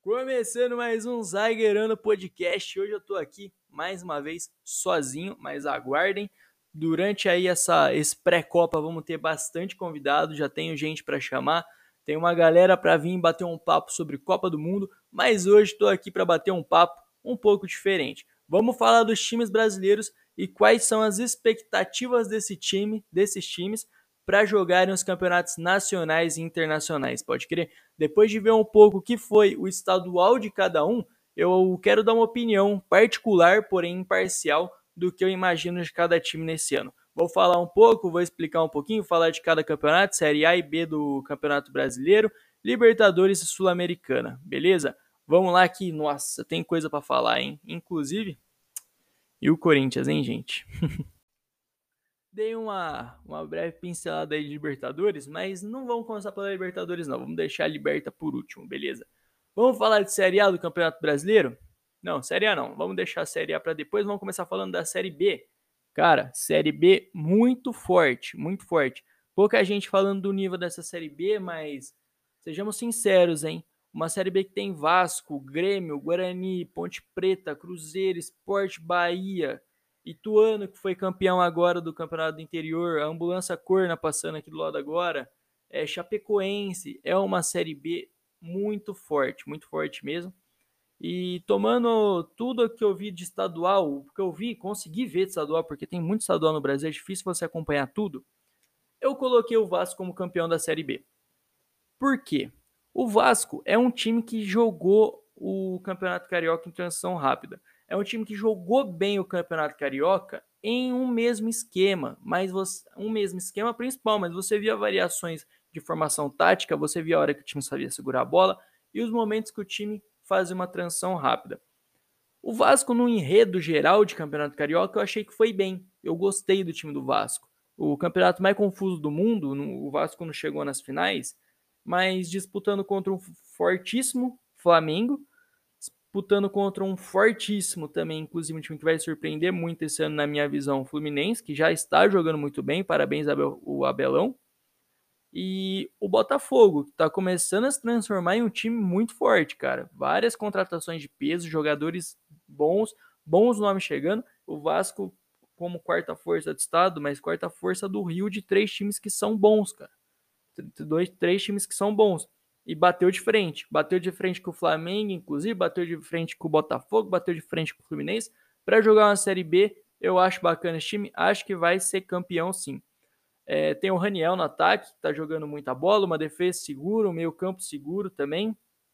Começando mais um Zagueirando Podcast. Hoje eu tô aqui mais uma vez sozinho, mas aguardem. Durante aí esse pré-copa vamos ter bastante convidado, já tenho gente para chamar, tem uma galera para vir bater um papo sobre Copa do Mundo, mas hoje estou aqui para bater um papo um pouco diferente. Vamos falar dos times brasileiros e quais são as expectativas desses times para jogarem os campeonatos nacionais e internacionais. Pode crer? Depois de ver um pouco o que foi o estadual de cada um, eu quero dar uma opinião particular, porém imparcial, do que eu imagino de cada time nesse ano. Vou falar um pouco, vou explicar um pouquinho, falar de cada campeonato, Série A e B do Campeonato Brasileiro, Libertadores e Sul-Americana, beleza? Vamos lá que, nossa, tem coisa para falar, hein? Inclusive, e o Corinthians, hein, gente? Dei uma breve pincelada aí de Libertadores, mas não vamos começar pela Libertadores não, vamos deixar a Liberta por último, beleza? Vamos falar de Série A do Campeonato Brasileiro? Não, Série A não, vamos deixar a Série A para depois, vamos começar falando da Série B. Cara, Série B muito forte, muito forte. Pouca gente falando do nível dessa Série B, mas sejamos sinceros, hein? Uma Série B que tem Vasco, Grêmio, Guarani, Ponte Preta, Cruzeiro, Sport, Bahia, Ituano, que foi campeão agora do Campeonato do Interior, a Ambulância Corna passando aqui do lado agora, Chapecoense, é uma Série B muito forte mesmo. E tomando tudo que eu vi de estadual, o que eu vi, consegui ver de estadual, porque tem muito estadual no Brasil, é difícil você acompanhar tudo, eu coloquei o Vasco como campeão da Série B. Por quê? O Vasco é um time que jogou o Campeonato Carioca em transição rápida. É um time que jogou bem o Campeonato Carioca em um mesmo esquema, um mesmo esquema principal, mas você via variações de formação tática, você via a hora que o time sabia segurar a bola e os momentos que o time fazia uma transição rápida. O Vasco, no enredo geral de Campeonato Carioca, eu achei que foi bem. Eu gostei do time do Vasco. O campeonato mais confuso do mundo, o Vasco não chegou nas finais, mas disputando contra um fortíssimo Flamengo, disputando contra um fortíssimo também, inclusive um time que vai surpreender muito esse ano, na minha visão, o Fluminense, que já está jogando muito bem, parabéns ao Abelão. E o Botafogo, que está começando a se transformar em um time muito forte, cara. Várias contratações de peso, jogadores bons nomes chegando. O Vasco como quarta força do estado, mas quarta força do Rio de três times que são bons, cara. Três times que são bons. E bateu de frente. Bateu de frente com o Flamengo, inclusive, bateu de frente com o Botafogo, bateu de frente com o Fluminense. Para jogar uma Série B, eu acho bacana esse time. Acho que vai ser campeão, sim. Tem o Raniel no ataque, que tá jogando muita bola, uma defesa segura, um meio campo seguro também.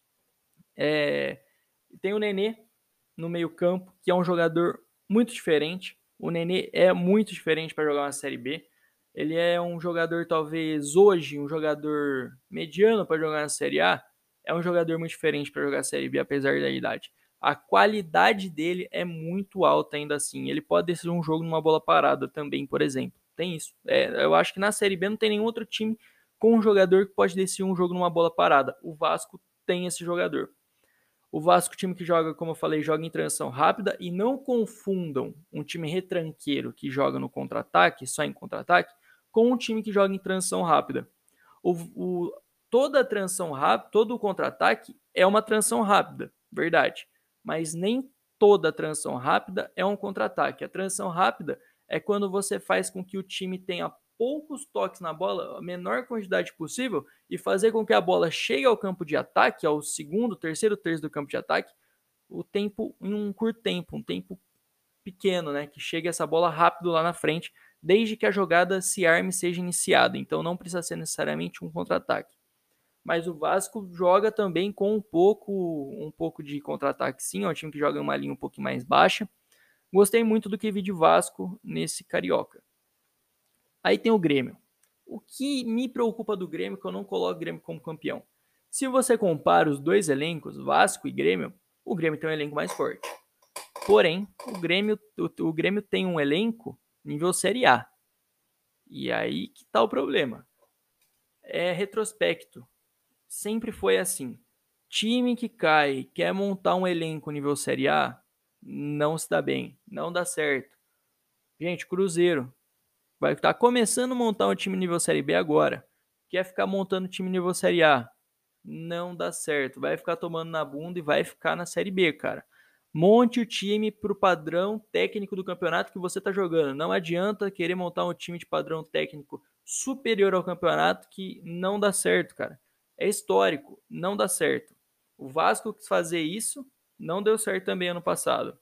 Tem o Nenê no meio campo, que é um jogador muito diferente. O Nenê é muito diferente para jogar uma Série B. Ele é um jogador, talvez hoje, um jogador mediano para jogar na Série A. É um jogador muito diferente para jogar a Série B, apesar da idade. A qualidade dele é muito alta ainda assim. Ele pode decidir um jogo numa bola parada também, por exemplo. Tem isso. Eu acho que na Série B não tem nenhum outro time com um jogador que pode decidir um jogo numa bola parada. O Vasco tem esse jogador. O Vasco, time que joga, como eu falei, joga em transição rápida, e não confundam um time retranqueiro que joga no contra-ataque, só em contra-ataque, com um time que joga em transição rápida. Toda a transição rápida, todo o contra-ataque é uma transição rápida, verdade. Mas nem toda a transição rápida é um contra-ataque. A transição rápida é quando você faz com que o time tenha poucos toques na bola, a menor quantidade possível, e fazer com que a bola chegue ao campo de ataque, ao segundo, terceiro terço do campo de ataque, o tempo em um curto tempo, um tempo pequeno, né? Que chegue essa bola rápido lá na frente, desde que a jogada se arme e seja iniciada. Então não precisa ser necessariamente um contra-ataque. Mas o Vasco joga também com um pouco de contra-ataque, sim. É um time que joga em uma linha um pouquinho mais baixa. Gostei muito do que vi de Vasco nesse Carioca. Aí tem o Grêmio. O que me preocupa do Grêmio é que eu não coloco o Grêmio como campeão. Se você compara os dois elencos, Vasco e Grêmio, o Grêmio tem um elenco mais forte. Porém, o Grêmio tem um elenco nível Série A. E aí que tá o problema. É retrospecto. Sempre foi assim. Time que cai, quer montar um elenco nível Série A, não se dá bem, não dá certo. Gente, Cruzeiro vai estar começando a montar um time nível Série B agora. Quer ficar montando time nível Série A. não dá certo. Vai ficar tomando na bunda e vai ficar na Série B, cara. Monte o time pro padrão técnico do campeonato que você tá jogando. Não adianta querer montar um time de padrão técnico superior ao campeonato que não dá certo, cara. É histórico, não dá certo. O Vasco quis fazer isso, não deu certo também ano passado.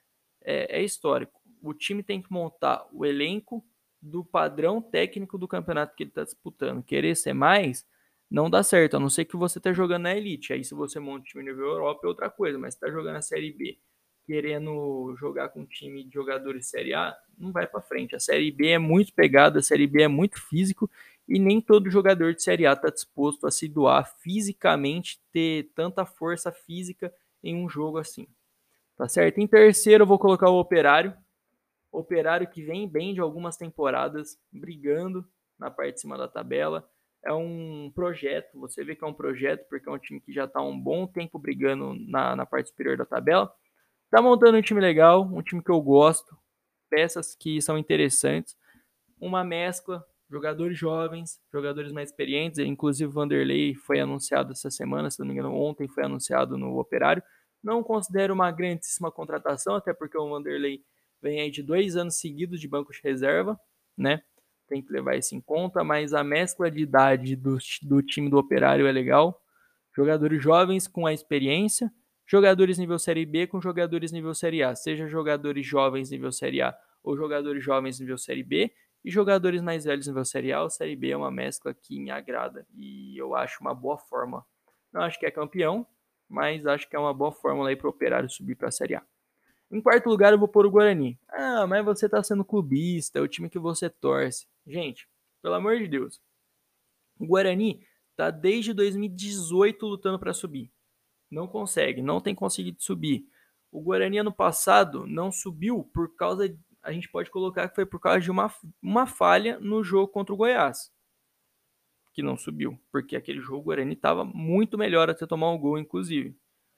É histórico. O time tem que montar o elenco do padrão técnico do campeonato que ele está disputando. Querer ser mais, não dá certo, a não ser que você esteja jogando na Elite. Aí se você monta um time nível Europa é outra coisa, mas se está jogando a Série B, querendo jogar com um time de jogadores Série A, não vai para frente. A Série B é muito pegada, a Série B é muito físico e nem todo jogador de Série A está disposto a se doar fisicamente, ter tanta força física em um jogo assim. Tá certo? Em terceiro, eu vou colocar o Operário. Operário que vem bem de algumas temporadas, brigando na parte de cima da tabela. É um projeto, você vê que é um projeto, porque é um time que já está há um bom tempo brigando na parte superior da tabela. Tá montando um time legal, um time que eu gosto, peças que são interessantes, uma mescla, jogadores jovens, jogadores mais experientes, inclusive o Vanderlei foi anunciado essa semana, se não me engano, ontem foi anunciado no Operário. Não considero uma grandíssima contratação, até porque o Vanderlei vem aí de 2 anos seguidos de banco de reserva, né? Tem que levar isso em conta, mas a mescla de idade do time do Operário é legal. Jogadores jovens com a experiência, jogadores nível Série B com jogadores nível Série A, seja jogadores jovens nível Série A ou jogadores jovens nível Série B, e jogadores mais velhos nível Série A ou Série B é uma mescla que me agrada e eu acho uma boa forma. Não acho que é campeão, mas acho que é uma boa fórmula aí para o Operário subir para a Série A. Em quarto lugar, eu vou pôr o Guarani. Ah, mas você tá sendo clubista, é o time que você torce. Gente, pelo amor de Deus. O Guarani tá desde 2018 lutando para subir. Não consegue, não tem conseguido subir. O Guarani ano passado não subiu por causa, a gente pode colocar que foi por causa de uma falha no jogo contra o Goiás, que não subiu, porque aquele jogo o Guarani estava muito melhor até tomar um gol, inclusive.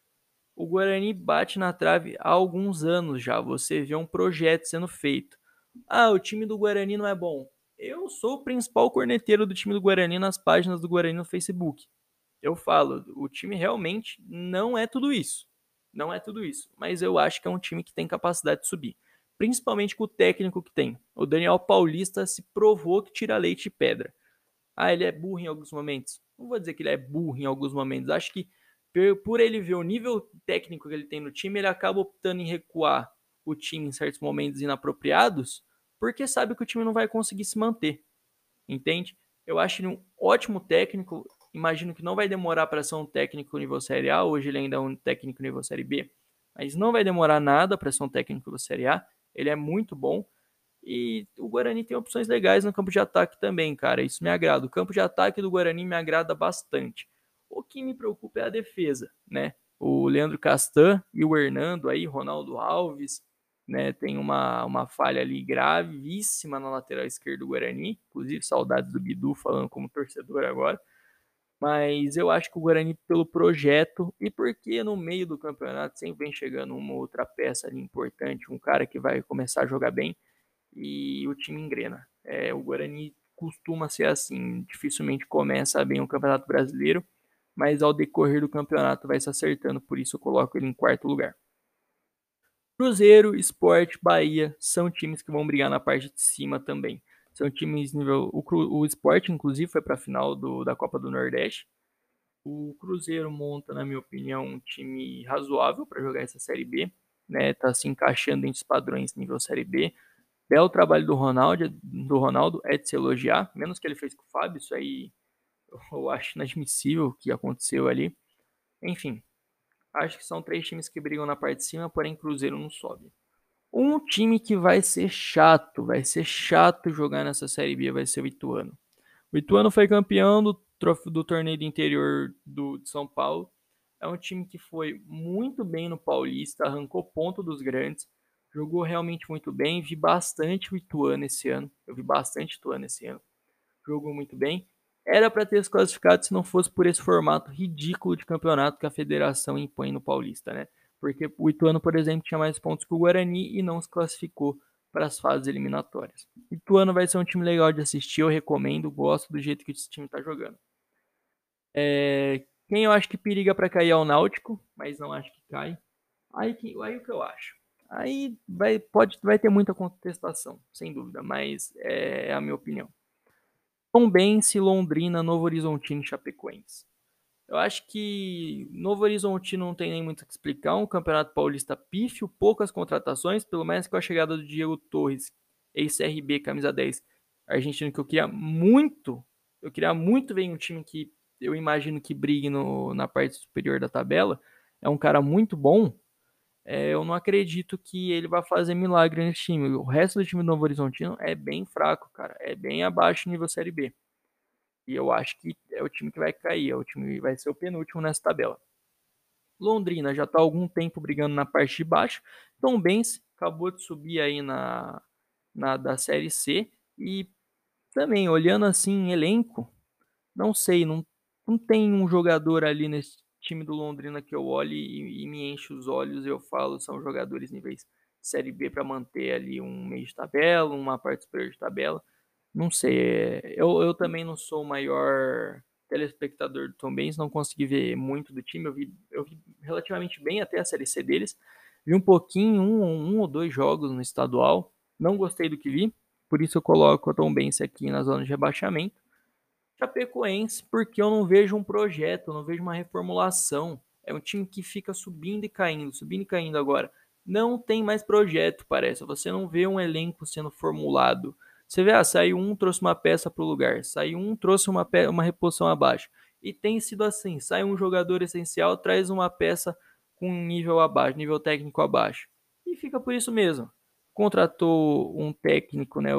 O Guarani bate na trave há alguns anos já. Você vê um projeto sendo feito. Ah, o time do Guarani não é bom. Eu sou o principal corneteiro do time do Guarani nas páginas do Guarani no Facebook. Eu falo, o time realmente não é tudo isso. Não é tudo isso. Mas eu acho que é um time que tem capacidade de subir. Principalmente com o técnico que tem. O Daniel Paulista se provou que tira leite de pedra. Ah, ele é burro em alguns momentos. Não vou dizer que ele é burro em alguns momentos. Acho que por ele ver o nível técnico que ele tem no time, ele acaba optando em recuar o time em certos momentos inapropriados, porque sabe que o time não vai conseguir se manter. Entende? Eu acho ele um ótimo técnico. Imagino que não vai demorar para ser um técnico nível Série A. Hoje ele ainda é um técnico nível Série B. Mas não vai demorar nada para ser um técnico nível Série A. Ele é muito bom. E o Guarani tem opções legais no campo de ataque também, cara. Isso me agrada. O campo de ataque do Guarani me agrada bastante. O que me preocupa é a defesa, né? O Leandro Castan e o Hernando aí, Ronaldo Alves, né? Tem uma falha ali gravíssima na lateral esquerda do Guarani. Inclusive, saudades do Bidu falando como torcedor agora. Mas eu acho que o Guarani, pelo projeto e porque no meio do campeonato sempre vem chegando uma outra peça ali importante, um cara que vai começar a jogar bem e o time engrena. O Guarani costuma ser assim, dificilmente começa bem o Campeonato Brasileiro, mas ao decorrer do campeonato vai se acertando, por isso eu coloco ele em quarto lugar. Cruzeiro, Sport, Bahia são times que vão brigar na parte de cima também. São times nível. O Sport, inclusive, foi para a final da Copa do Nordeste. O Cruzeiro monta, na minha opinião, um time razoável para jogar essa Série B. Né, tá se encaixando entre os padrões nível Série B. Belo trabalho do Ronaldo é de se elogiar, menos que ele fez com o Fábio, isso aí eu acho inadmissível o que aconteceu ali. Enfim, acho que são 3 times que brigam na parte de cima, porém Cruzeiro não sobe. Um time que vai ser chato jogar nessa Série B, vai ser o Ituano. O Ituano foi campeão do torneio do interior de São Paulo. É um time que foi muito bem no Paulista, arrancou ponto dos grandes, jogou realmente muito bem. Vi bastante o Ituano esse ano. Eu vi bastante o Ituano esse ano. Jogou muito bem. Era para ter se classificado se não fosse por esse formato ridículo de campeonato que a federação impõe no Paulista, né? Porque o Ituano, por exemplo, tinha mais pontos que o Guarani e não se classificou para as fases eliminatórias. Ituano vai ser um time legal de assistir, eu recomendo, gosto do jeito que esse time está jogando. Quem eu acho que periga para cair é o Náutico, mas não acho que cai. Aí o que eu acho? Aí vai ter muita contestação, sem dúvida, mas é a minha opinião. Tombense, Londrina, Novo Horizontino e Chapecoense. Eu acho que Novo Horizontino não tem nem muito o que explicar. Um campeonato paulista pífio, poucas contratações, pelo menos com a chegada do Diego Torres, ex-CRB, camisa 10, argentino, que eu queria muito ver em um time que eu imagino que brigue na parte superior da tabela. É um cara muito bom. Eu não acredito que ele vai fazer milagre nesse time. O resto do time do Novo Horizontino é bem fraco, cara. É bem abaixo nível Série B. E eu acho que é o time que vai cair, é o time que vai ser o penúltimo nessa tabela. Londrina já está há algum tempo brigando na parte de baixo. Tombense acabou de subir aí na da Série C. E também, olhando assim, elenco, não sei, não tem um jogador ali nesse time do Londrina que eu olhe e me enche os olhos e eu falo, são jogadores níveis Série B para manter ali um meio de tabela, uma parte superior de tabela. Não sei, eu também não sou o maior telespectador do Tom Benz, não consegui ver muito do time, eu vi relativamente bem até a Série C deles, vi um pouquinho, um ou dois jogos no estadual, não gostei do que vi, por isso eu coloco o Tom Benz aqui na zona de rebaixamento. Chapecoense, porque eu não vejo um projeto, eu não vejo uma reformulação. É um time que fica subindo e caindo agora. Não tem mais projeto, parece. Você não vê um elenco sendo formulado. Você vê, saiu um, trouxe uma peça para o lugar. Saiu um, trouxe uma reposição abaixo. E tem sido assim. Sai um jogador essencial, traz uma peça com um nível abaixo, nível técnico abaixo. E fica por isso mesmo. Contratou um técnico, né,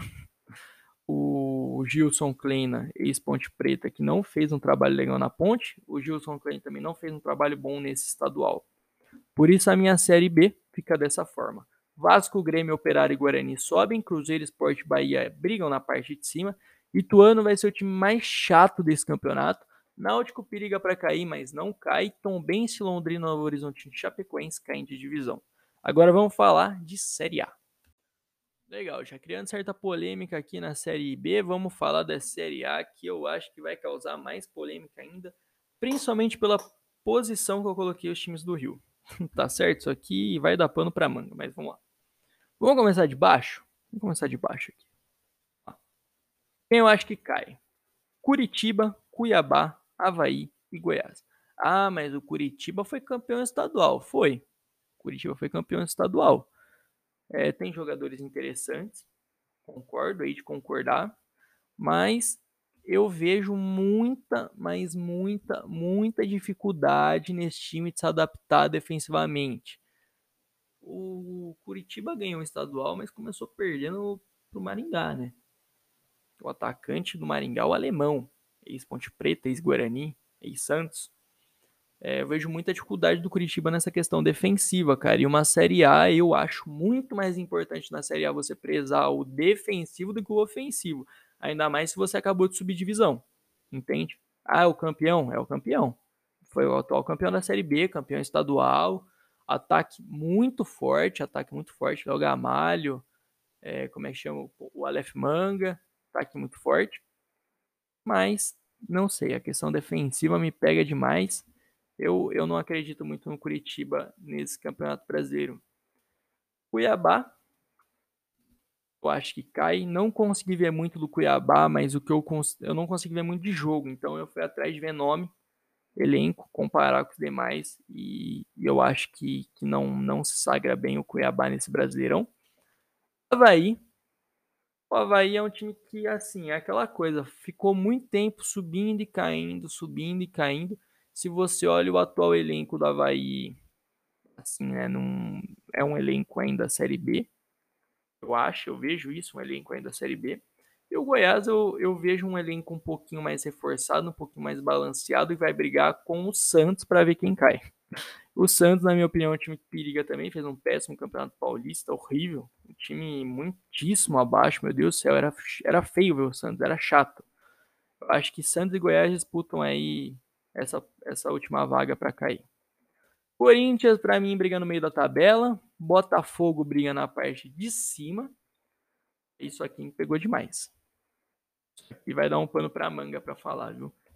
o Gilson Kleina, ex-Ponte Preta, que não fez um trabalho legal na Ponte. O Gilson Kleina também não fez um trabalho bom nesse estadual. Por isso a minha Série B fica dessa forma. Vasco, Grêmio, Operário e Guarani sobem, Cruzeiro, Sport e Bahia brigam na parte de cima. Ituano vai ser o time mais chato desse campeonato. Náutico periga para cair, mas não cai. Tombense, Londrina, Novo Horizonte e Chapecoense caem de divisão. Agora vamos falar de Série A. Legal, já criando certa polêmica aqui na Série B, vamos falar da Série A, que eu acho que vai causar mais polêmica ainda, principalmente pela posição que eu coloquei os times do Rio. Tá certo? Isso aqui vai dar pano pra manga, mas vamos lá. Vamos começar de baixo? Vamos começar de baixo aqui. Quem eu acho que cai? Curitiba, Cuiabá, Avaí e Goiás. Ah, mas o Curitiba foi campeão estadual. Foi. Curitiba foi campeão estadual. Tem jogadores interessantes, concordo aí de concordar, mas eu vejo muita, mas muita dificuldade nesse time de se adaptar defensivamente. O Curitiba ganhou o estadual, mas começou perdendo pro Maringá, né? O atacante do Maringá, o alemão, ex-Ponte Preta, ex-Guarani, ex-Santos. Eu vejo muita dificuldade do Curitiba nessa questão defensiva, cara. E uma Série A eu acho muito mais importante na Série A você prezar o defensivo do que o ofensivo. Ainda mais se você acabou de subir divisão. Entende? Ah, é o campeão? É o campeão. Foi o atual campeão da Série B, campeão estadual. Ataque muito forte. Léo Gamalho, como é que chama? O Aleph Manga. Ataque muito forte. Mas, não sei, a questão defensiva me pega demais. Eu não acredito muito no Curitiba nesse Campeonato Brasileiro. Cuiabá, eu acho que cai. Não consegui ver muito do Cuiabá, mas eu não consegui ver muito de jogo. Então eu fui atrás de ver nome, elenco, comparar com os demais. E eu acho que não se sagra bem o Cuiabá nesse Brasileirão. Havaí. O Havaí é um time que, assim, é aquela coisa. Ficou muito tempo subindo e caindo, subindo e caindo. Se você olha o atual elenco do Havaí, assim, né, é um elenco ainda Série B, eu vejo isso, um elenco ainda Série B. E o Goiás eu vejo um elenco um pouquinho mais reforçado, um pouquinho mais balanceado e vai brigar com o Santos para ver quem cai. O Santos, na minha opinião, é um time que periga também, fez um péssimo campeonato paulista, horrível, um time muitíssimo abaixo, meu Deus do céu, era feio ver o Santos, era chato. Eu acho que Santos e Goiás disputam aí essa última vaga para cair. Corinthians, para mim, briga no meio da tabela. Botafogo briga na parte de cima. Isso aqui me pegou demais. Isso aqui vai dar um pano pra manga pra falar, viu?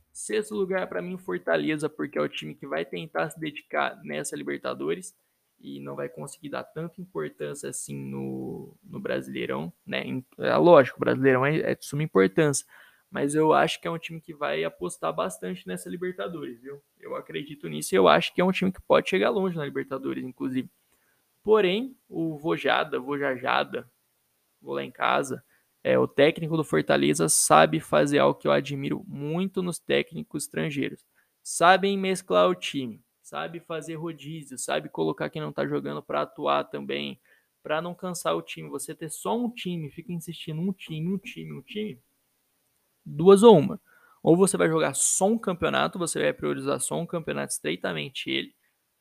Sexto lugar, para mim, Fortaleza, porque é o time que vai tentar se dedicar nessa Libertadores e não vai conseguir dar tanta importância assim no Brasileirão, né? É lógico, o Brasileirão é de suma importância, mas eu acho que é um time que vai apostar bastante nessa Libertadores, viu? Eu acredito nisso e eu acho que é um time que pode chegar longe na Libertadores, inclusive. Porém, o Vojajada, vou lá em casa, o técnico do Fortaleza sabe fazer algo que eu admiro muito nos técnicos estrangeiros. Sabem mesclar o time, sabe fazer rodízio, sabe colocar quem não tá jogando para atuar também, para não cansar o time. Você ter só um time, fica insistindo um time, duas ou uma. Ou você vai jogar só um campeonato, você vai priorizar só um campeonato estreitamente ele,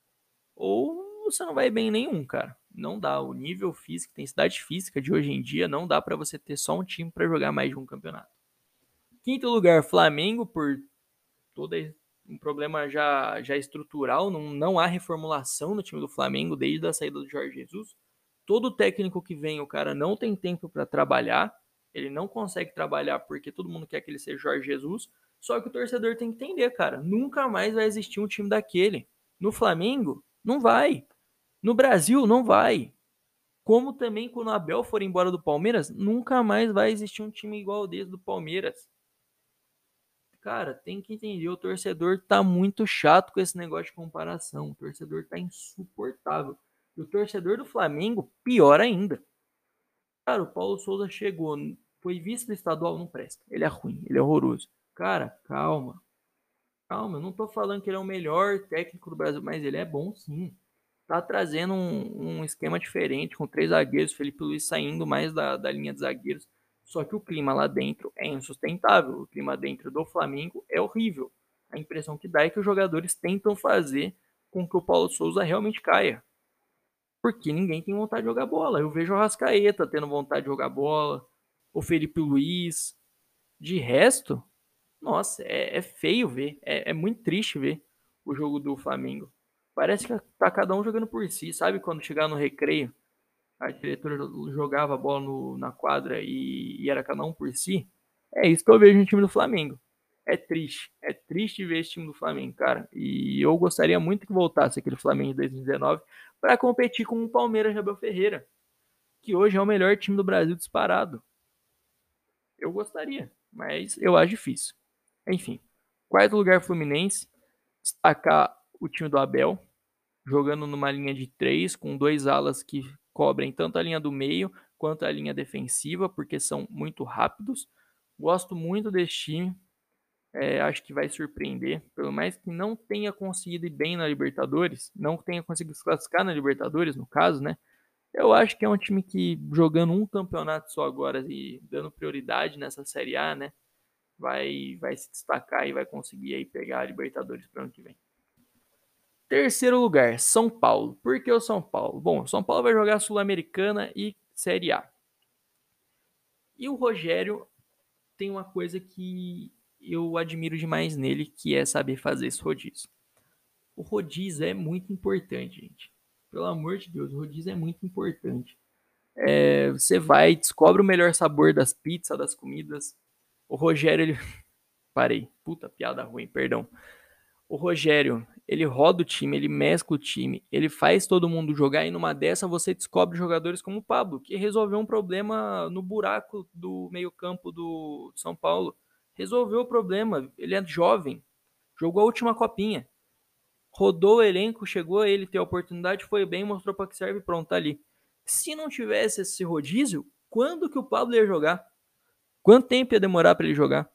ou você não vai bem em nenhum, cara. Não dá. O nível físico, intensidade física de hoje em dia, não dá para você ter só um time para jogar mais de um campeonato. Quinto lugar, Flamengo, por todo um problema já estrutural, não há reformulação no time do Flamengo desde a saída do Jorge Jesus. Todo técnico que vem, o cara não tem tempo para trabalhar, ele não consegue trabalhar porque todo mundo quer que ele seja Jorge Jesus. Só que o torcedor tem que entender, cara, nunca mais vai existir um time daquele. No Flamengo, não vai. No Brasil, não vai. Como também quando o Abel for embora do Palmeiras, nunca mais vai existir um time igual desse do Palmeiras. Cara, tem que entender, o torcedor tá muito chato com esse negócio de comparação. O torcedor tá insuportável. E o torcedor do Flamengo, pior ainda. Cara, o Paulo Souza chegou, foi vice do estadual, não presta. Ele é ruim, ele é horroroso. Cara, calma. Calma, eu não tô falando que ele é o melhor técnico do Brasil, mas ele é bom sim. Tá trazendo um esquema diferente, com três zagueiros, Felipe Luiz saindo mais da linha de zagueiros. Só que o clima lá dentro é insustentável. O clima dentro do Flamengo é horrível. A impressão que dá é que os jogadores tentam fazer com que o Paulo Souza realmente caia. Porque ninguém tem vontade de jogar bola. Eu vejo o Rascaeta tendo vontade de jogar bola, o Felipe Luiz. De resto, nossa, é feio ver. É muito triste ver o jogo do Flamengo. Parece que tá cada um jogando por si. Sabe quando chegar no recreio, a diretora jogava a bola na quadra e era cada um por si? É isso que eu vejo no time do Flamengo. É triste. É triste ver esse time do Flamengo, cara. E eu gostaria muito que voltasse aquele Flamengo de 2019 para competir com o Palmeiras de Abel Ferreira, que hoje é o melhor time do Brasil disparado. Eu gostaria, mas eu acho difícil. Enfim, quarto lugar Fluminense, destacar o time do Abel, jogando numa linha de três, com dois alas que cobrem tanto a linha do meio quanto a linha defensiva, porque são muito rápidos. Gosto muito desse time, acho que vai surpreender, pelo mais que não tenha conseguido ir bem na Libertadores, não tenha conseguido se classificar na Libertadores, no caso, né? Eu acho que é um time que, jogando um campeonato só agora e dando prioridade nessa Série A, né? Vai se destacar e vai conseguir aí pegar a Libertadores para o ano que vem. Terceiro lugar, São Paulo. Por que o São Paulo? Bom, o São Paulo vai jogar Sul-Americana e Série A. E o Rogério tem uma coisa que eu admiro demais nele, que é saber fazer esse rodízio. O rodízio é muito importante, gente. Pelo amor de Deus, o rodízio é muito importante. Você vai, descobre o melhor sabor das pizzas, das comidas. O Rogério, ele. Parei. Puta piada ruim, perdão. O Rogério, ele roda o time, ele mescla o time, ele faz todo mundo jogar e numa dessa você descobre jogadores como o Pablo, que resolveu um problema no buraco do meio-campo do São Paulo. Resolveu o problema, ele é jovem, jogou a última copinha, rodou o elenco, chegou ele ter a oportunidade, foi bem, mostrou para que serve, pronto, tá ali. Se não tivesse esse rodízio, quando que o Pablo ia jogar? Quanto tempo ia demorar para ele jogar?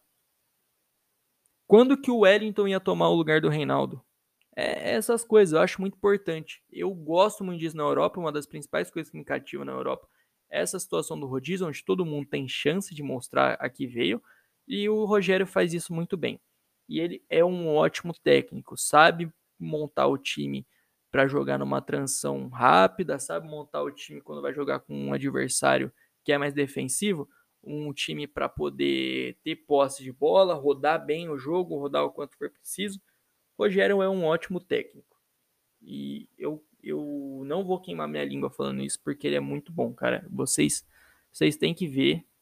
Quando que o Wellington ia tomar o lugar do Reinaldo? Essas coisas, eu acho muito importante. Eu gosto muito disso na Europa, uma das principais coisas que me cativa na Europa é essa situação do rodízio, onde todo mundo tem chance de mostrar a que veio, e o Rogério faz isso muito bem. E ele é um ótimo técnico, sabe montar o time para jogar numa transição rápida, sabe montar o time quando vai jogar com um adversário que é mais defensivo, um time para poder ter posse de bola, rodar bem o jogo, rodar o quanto for preciso. Rogério é um ótimo técnico. E eu não vou queimar minha língua falando isso, porque ele é muito bom, cara. Vocês têm que ver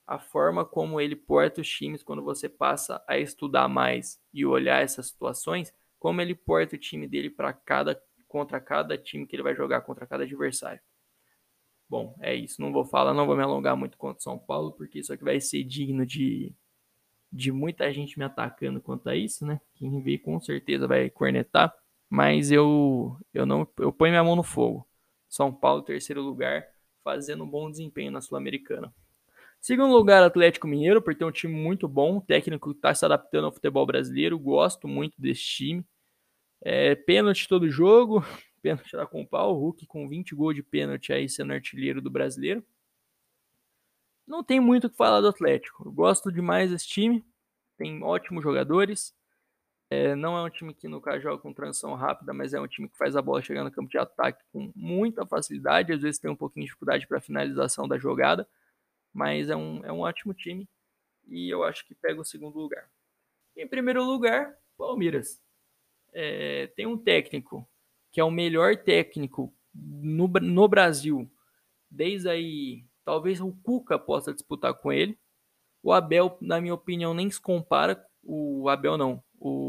a forma como ele porta os times quando você passa a estudar mais e olhar essas situações, como ele porta o time dele contra cada time que ele vai jogar, contra cada adversário. Bom, é isso. Não vou me alongar muito contra o São Paulo, porque isso aqui vai ser digno de muita gente me atacando quanto a isso, né? Quem vê com certeza vai cornetar, mas eu ponho minha mão no fogo. São Paulo, terceiro lugar, fazendo um bom desempenho na Sul-Americana. Segundo lugar, Atlético Mineiro, por ter um time muito bom, o técnico está se adaptando ao futebol brasileiro, gosto muito desse time. Pênalti todo jogo, pênalti lá com o pau, Hulk com 20 gols de pênalti aí sendo artilheiro do brasileiro. Não tem muito o que falar do Atlético, eu gosto demais desse time, tem ótimos jogadores. Não é um time que no caso joga com transição rápida, mas é um time que faz a bola chegar no campo de ataque com muita facilidade, às vezes tem um pouquinho de dificuldade para a finalização da jogada, mas é um ótimo time e eu acho que pega o segundo lugar. Em primeiro lugar, Palmeiras. Tem um técnico que é o melhor técnico no Brasil, desde aí, talvez o Cuca possa disputar com ele. O Abel, na minha opinião, nem se compara. O Abel não.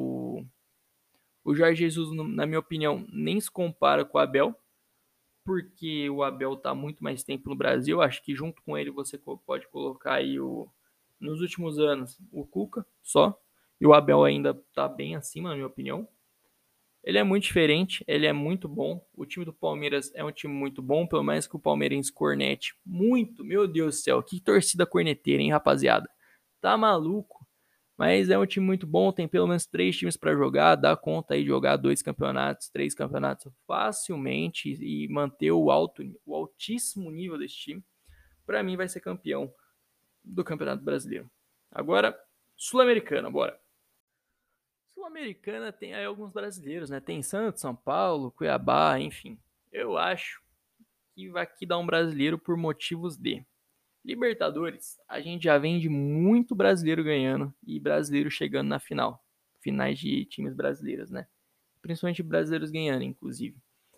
O Jorge Jesus, na minha opinião, nem se compara com o Abel, porque o Abel está muito mais tempo no Brasil. Acho que junto com ele você pode colocar aí nos últimos anos o Cuca só. E o Abel ainda está bem acima, na minha opinião. Ele é muito diferente, ele é muito bom. O time do Palmeiras é um time muito bom, pelo menos que o Palmeirense cornete muito. Meu Deus do céu, que torcida corneteira, hein, rapaziada? Tá maluco? Mas é um time muito bom, tem pelo menos 3 times para jogar, dá conta aí de jogar 2 campeonatos, 3 campeonatos facilmente e manter o altíssimo nível desse time. Para mim vai ser campeão do Campeonato Brasileiro. Agora, Sul-Americana, bora. Sul-Americana tem aí alguns brasileiros, né? Tem Santos, São Paulo, Cuiabá, enfim. Eu acho que vai aqui dar um brasileiro por motivos de Libertadores. A gente já vem de muito brasileiro ganhando e brasileiro chegando na final. Finais de times brasileiros, né? Principalmente brasileiros ganhando, inclusive.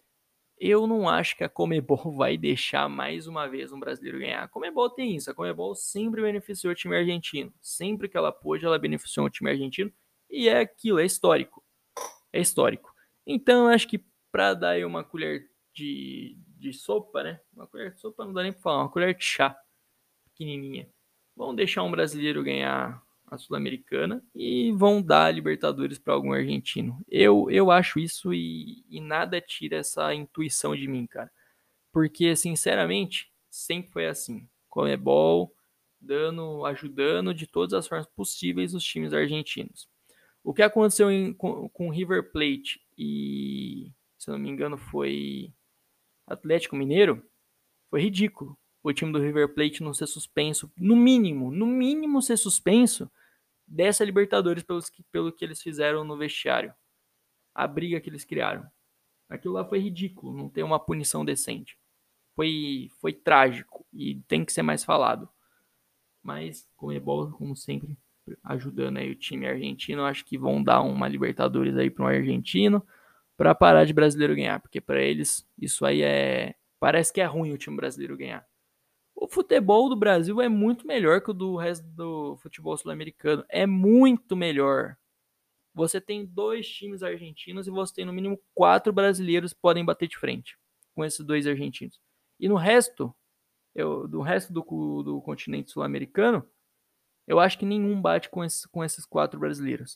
Eu não acho que a Comebol vai deixar mais uma vez um brasileiro ganhar. A Comebol tem isso. A Comebol sempre beneficiou o time argentino. Sempre que ela pôde, ela beneficiou o time argentino. E é aquilo, é histórico. É histórico. Então, eu acho que para dar aí uma colher de sopa, né? Uma colher de sopa não dá nem para falar, uma colher de chá pequenininha. Vão deixar um brasileiro ganhar a Sul-Americana e vão dar a Libertadores para algum argentino. Eu acho isso e nada tira essa intuição de mim, cara. Porque, sinceramente, sempre foi assim. Comebol ajudando de todas as formas possíveis os times argentinos. O que aconteceu com River Plate e, se eu não me engano, foi Atlético Mineiro, foi ridículo. O time do River Plate não ser suspenso, no mínimo ser suspenso dessa Libertadores pelo que eles fizeram no vestiário. A briga que eles criaram. Aquilo lá foi ridículo, não tem uma punição decente. Foi trágico e tem que ser mais falado. Mas, Comebol, como sempre, ajudando aí o time argentino, acho que vão dar uma Libertadores aí para um argentino para parar de brasileiro ganhar, porque para eles isso aí parece que é ruim o time brasileiro ganhar. O futebol do Brasil é muito melhor que o do resto do futebol sul-americano, é muito melhor. Você tem 2 times argentinos e você tem no mínimo 4 brasileiros que podem bater de frente com esses 2 argentinos. E no resto, do resto do continente sul-americano, eu acho que nenhum bate com esses 4 brasileiros.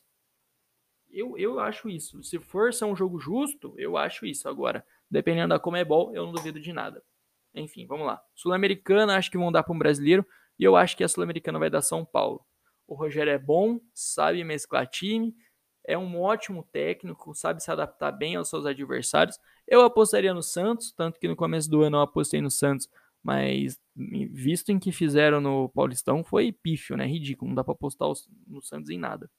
Eu acho isso. Se for ser um jogo justo, eu acho isso. Agora, dependendo da Comebol, eu não duvido de nada. Enfim, vamos lá. Sul-Americana, acho que vão dar para um brasileiro. E eu acho que a Sul-Americana vai dar São Paulo. O Rogério é bom, sabe mesclar time, é um ótimo técnico, sabe se adaptar bem aos seus adversários. Eu apostaria no Santos, tanto que no começo do ano eu apostei no Santos, mas visto em que fizeram no Paulistão, foi pífio, né? Ridículo, não dá para apostar no Santos em nada.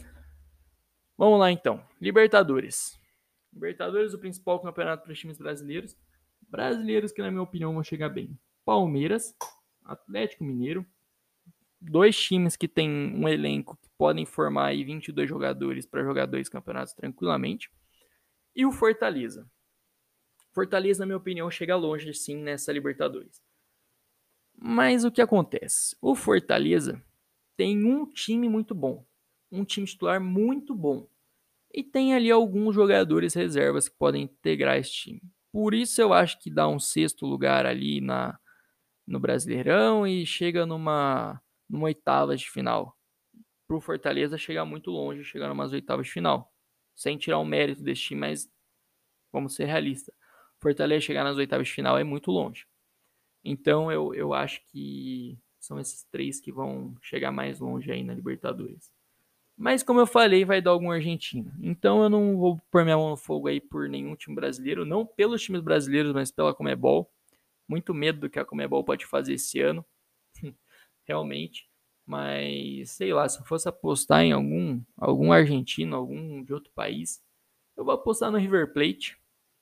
Vamos lá então. Libertadores. Libertadores, o principal campeonato para os times brasileiros. Brasileiros que, na minha opinião, vão chegar bem. Palmeiras, Atlético Mineiro. 2 times que têm um elenco que podem formar aí 22 jogadores para jogar 2 campeonatos tranquilamente. E o Fortaleza. Fortaleza, na minha opinião, chega longe sim nessa Libertadores. Mas o que acontece? O Fortaleza tem um time muito bom, um time titular muito bom, e tem ali alguns jogadores reservas que podem integrar esse time. Por isso eu acho que dá um sexto lugar ali no Brasileirão e chega numa oitava de final. Pro Fortaleza chegar muito longe, chegar numas oitavas de final. Sem tirar o mérito desse time, mas vamos ser realistas. Fortaleza chegar nas oitavas de final é muito longe. Então eu acho que são esses três que vão chegar mais longe aí na Libertadores. Mas como eu falei, vai dar algum argentino. Então eu não vou pôr minha mão no fogo aí por nenhum time brasileiro, não pelos times brasileiros, mas pela Comebol. Muito medo do que a Comebol pode fazer esse ano, realmente. Mas sei lá, se eu fosse apostar em algum argentino, algum de outro país, eu vou apostar no River Plate.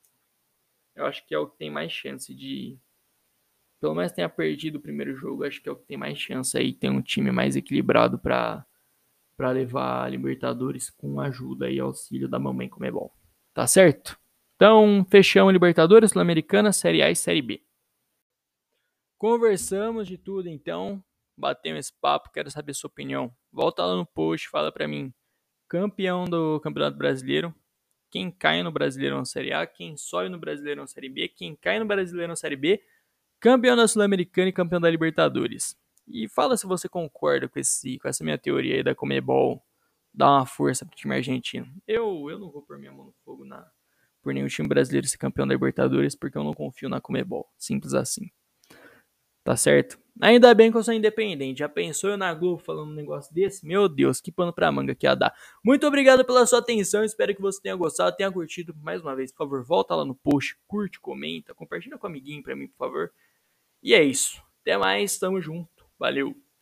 Eu acho que é o que tem mais chance de, pelo menos tenha perdido o primeiro jogo, acho que é o que tem mais chance aí, tem um time mais equilibrado para levar a Libertadores com ajuda e auxílio da mamãe Comebol. Tá certo? Então, fechamos Libertadores, Sul-Americana, Série A e Série B. Conversamos de tudo então, batemos esse papo, quero saber sua opinião. Volta lá no post, fala para mim, campeão do Campeonato Brasileiro, quem cai no Brasileirão Série A, quem sobe no Brasileirão Série B, quem cai no Brasileirão Série B, campeão da Sul-Americana e campeão da Libertadores. E fala se você concorda com essa minha teoria aí da Comebol dar uma força pro time argentino. Eu não vou pôr minha mão no fogo por nenhum time brasileiro ser campeão da Libertadores, porque eu não confio na Comebol. Simples assim. Tá certo? Ainda bem que eu sou independente. Já pensou eu na Globo falando um negócio desse? Meu Deus, que pano pra manga que ia dar. Muito obrigado pela sua atenção. Espero que você tenha gostado, tenha curtido. Mais uma vez, por favor, volta lá no post, curte, comenta, compartilha com o amiguinho pra mim, por favor. E é isso. Até mais, tamo junto. Valeu.